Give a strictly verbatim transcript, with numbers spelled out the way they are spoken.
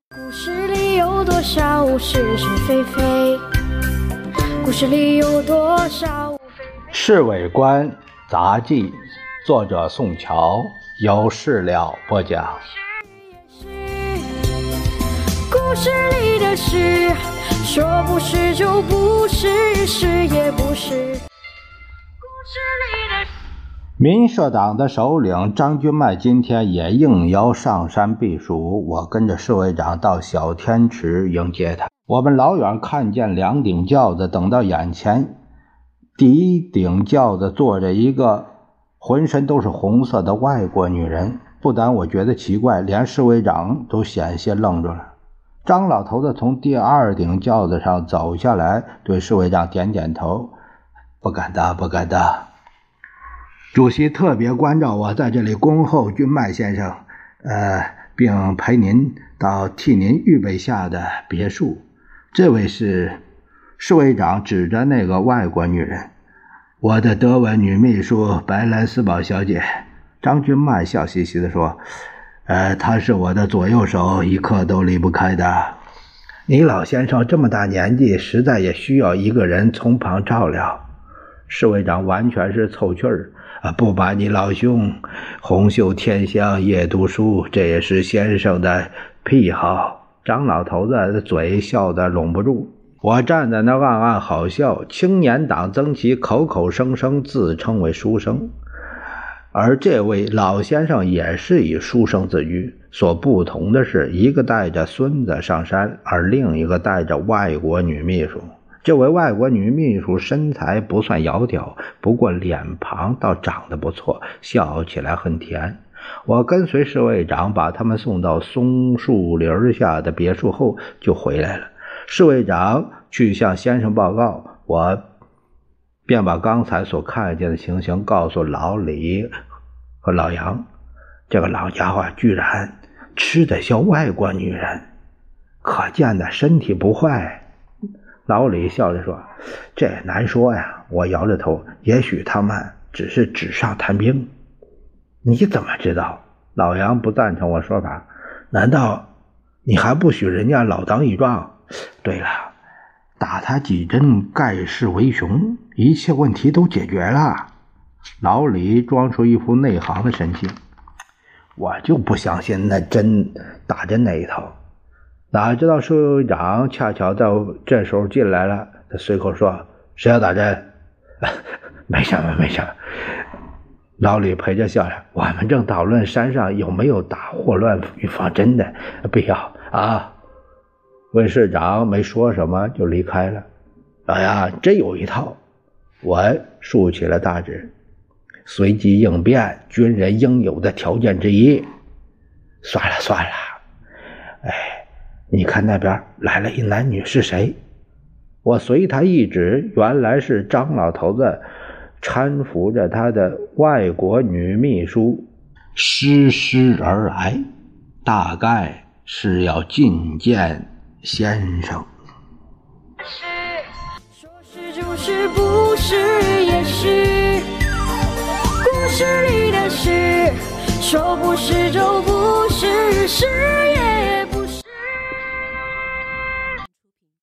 故事里有多少是是非非？故事里有多少非非？ 侍卫官杂记，作者宋乔，有事了播讲。 故事里的事，说不是就不是，是也不是。故事里的民社党的首领张君迈今天也应邀上山避暑，我跟着侍卫长到小天池迎接他。我们老远看见两顶轿子等到眼前，第一顶轿子坐着一个浑身都是红色的外国女人，不但我觉得奇怪，连侍卫长都险些愣住了。张老头子从第二顶轿子上走下来，对侍卫长点点头，不敢当不敢当，主席特别关照我在这里恭候君迈先生，呃，并陪您到替您预备下的别墅。这位是侍卫长指着那个外国女人，我的德文女秘书白兰斯堡小姐。张君迈笑嘻嘻地说，呃，她是我的左右手，一刻都离不开的。你老先生这么大年纪，实在也需要一个人从旁照料。侍卫长完全是凑趣儿，啊，不把你老兄红袖添香夜读书，这也是先生的癖好。张老头子的嘴笑得拢不住，我站在那暗暗好笑。青年党曾其口口声声自称为书生，而这位老先生也是以书生自居，所不同的是，一个带着孙子上山，而另一个带着外国女秘书。这位外国女秘书身材不算窈窕，不过脸庞倒长得不错，笑起来很甜。我跟随侍卫长把他们送到松树林下的别墅后就回来了。侍卫长去向先生报告，我便把刚才所看见的情形告诉老李和老杨。这个老家伙居然吃得消外国女人，可见的身体不坏。老李笑着说，这难说呀。我摇着头，也许他们只是纸上谈兵。你怎么知道？老杨不赞成我说法，难道你还不许人家老当益壮？对了，打他几针盖世为雄，一切问题都解决了。老李装出一副内行的神情，我就不相信那针打针那一套。哪知道侍卫长恰巧在这时候进来了，他随口说，谁要打针？没什么没什么。老李陪着笑了，我们正讨论山上有没有打霍乱预防针的必要啊。卫士长没说什么就离开了。哎呀，真有一套。我竖起了大指，随机应变，军人应有的条件之一。算了算了，哎，你看那边来了一男女，是谁？我随他一指，原来是张老头子搀扶着他的外国女秘书施施而来，大概是要觐见先生。 说是就是，不是也是。故事里的事，说不是就不是，是